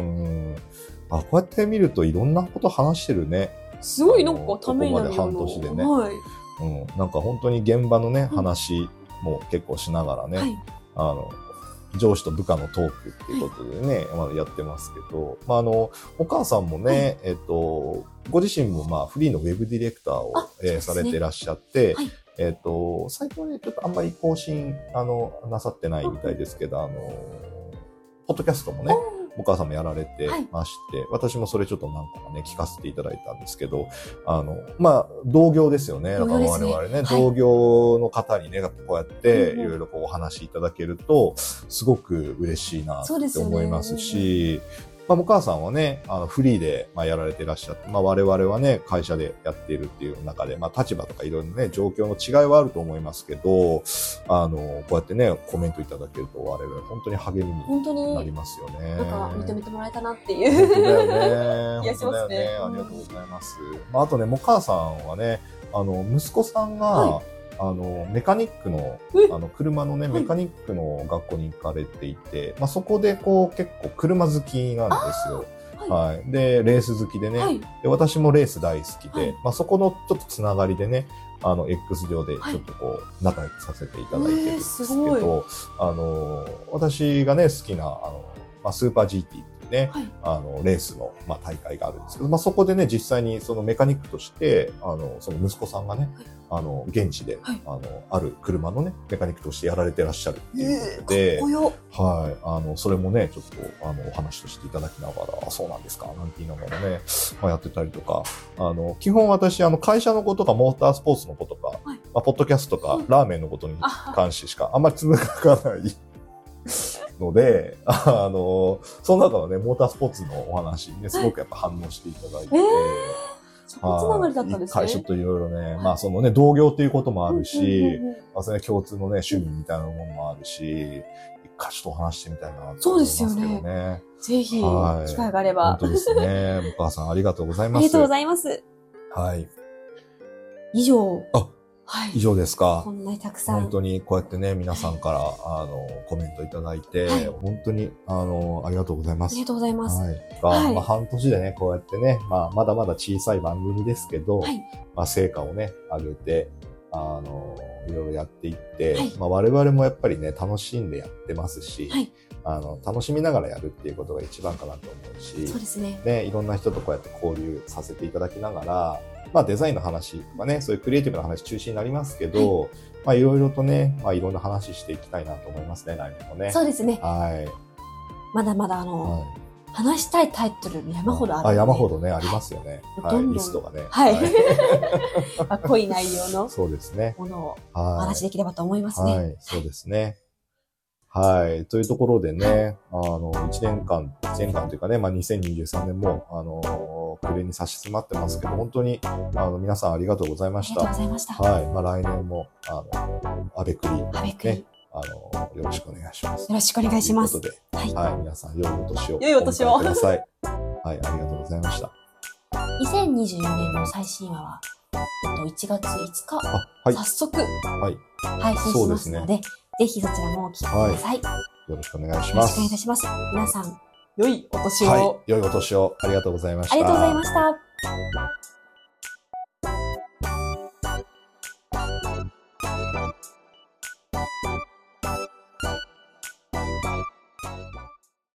あ、こうやって見るといろんなこと話してるね。 すごいなんかためになるような。 ここまで半年でね。 はい。 うん、なんか本当に現場のね、話も結構しながらね、はい、あの、上司と部下のトークっていうことでね、はい、まあ、やってますけど、まあ、あの、お母さんもね、はい、えっと、ご自身もまあフリーのウェブディレクターを、えーね、されていらっしゃって、はい、えっと、最近はね、ちょっとあんまり更新、あの、なさってないみたいですけど、あの、ポッドキャストもね、お母さんもやられてまして、はい、私もそれちょっと何個かね、聞かせていただいたんですけど、あの、まあ、同業ですよね。だから我々ね、はい、同業の方にね、こうやっていろいろこうお話しいただけると、すごく嬉しいなって思いますし、まあ、お母さんはね、あの、フリーで、まあ、やられていらっしゃって、まあ、我々はね、会社でやっているっていう中で、まあ、立場とかいろいろね、状況の違いはあると思いますけど、あの、こうやってね、コメントいただけると、我々本当に励みになりますよね。 なんか、認めてもらえたなっていう。 本当だよね。 気がしますね。 ね、ありがとうございます。まあ、あとね、お母さんはね、あの、息子さんが、はい、あの、メカニックの、あの、車のね、メカニックの学校に行かれていて、まあ、そこでこう、結構車好きなんですよ。はい、はい。で、レース好きでね、はい、で、私もレース大好きで、はい、まあ、そこのちょっとつながりでね、あの、X 上でちょっとこう、仲良くさせていただいてるんですけど、はい、あの、私がね、好きな、あの、まあ、スーパー ジーティーっていうね、はい、あの、レースの、まあ、大会があるんですけど、まあ、そこでね、実際にそのメカニックとして、あの、その息子さんがね、はい、あの、現地で、はい、あの、ある車のね、メカニックとしてやられてらっしゃるっていうことで、えー、かっこよ。はい。あの、それもね、ちょっと、あの、お話としていただきながら、あ、そうなんですか、なんて言いながらね、まあ、やってたりとか、あの、基本私、あの、会社のことか、モータースポーツのことか、はい、まあ、ポッドキャストとか、うん、ラーメンのことに関してしか、あんまりつぶかないので、あの、その中のね、モータースポーツのお話にね、すごくやっぱ反応していただいて、えーそこつながりだったんですね。 一回ちょっといろいろね、まあそのね、同業っていうこともあるし、まあそれ共通のね、趣味みたいなものもあるし、一回ちょっとお話してみたいなと思いますけどね。そうですよね。 ぜひ、機会があれば。 本当ですね。お母さんありがとうございます。 ありがとうございます。 はい。 以上。 あ、はい、以上ですか。 こんなにたくさん。 本当にこうやってね、皆さんから、あの、コメントいただいて、はい、本当に、あの、ありがとうございます。 ありがとうございます。 はい。はい、まあ、半年でね、こうやってね、まあ、まだまだ小さい番組ですけど、はい、まあ、成果をね、上げて、あの、いろいろやっていって、はい、まあ、我々もやっぱりね、楽しんでやってますし、はい、あの、楽しみながらやるっていうことが一番かなと思うし、 そうですね。 ね、いろんな人とこうやって交流させていただきながら、まあデザインの話とかね、そういうクリエイティブな話中心になりますけど、はい、まあいろいろとね、まあいろんな話していきたいなと思いますね、来年もね。 そうですね。 はい。 まだまだあの、はい、話したいタイトル山ほどある、ね。 あ、山ほどね、ありますよね。はい。どんどんリストがね。 はい。はい、まあ濃い内容のそうですね。 ものをお話できればと思いますね。 はい、そうですね。はい。というところでね、あの、一年間、一年間というかね、まあ、にせんにじゅうさんねんも、あの、暮れに差し迫ってますけど、本当に、あの、皆さんありがとうございました。 ありがとうございました。 はい。まあ、来年も、あの、あべくり、ね、 あべくり。 あの、よろしくお願いします。 よろしくお願いします。 ということで、はい、はい。皆さん、良いお年を。 良いお年を。 ください。はい。ありがとうございました。 にせんにじゅうよねんの最新話は、えっと、いちがついつか、はい、早速、はい、配信しますので、ね、ぜひそちらもお聞きください。はい、 よろしくお願いします。 よろしくお願いいたします。皆さん、良いお年を。 はい、良いお年を。ありがとうございました。 ありがとうございました。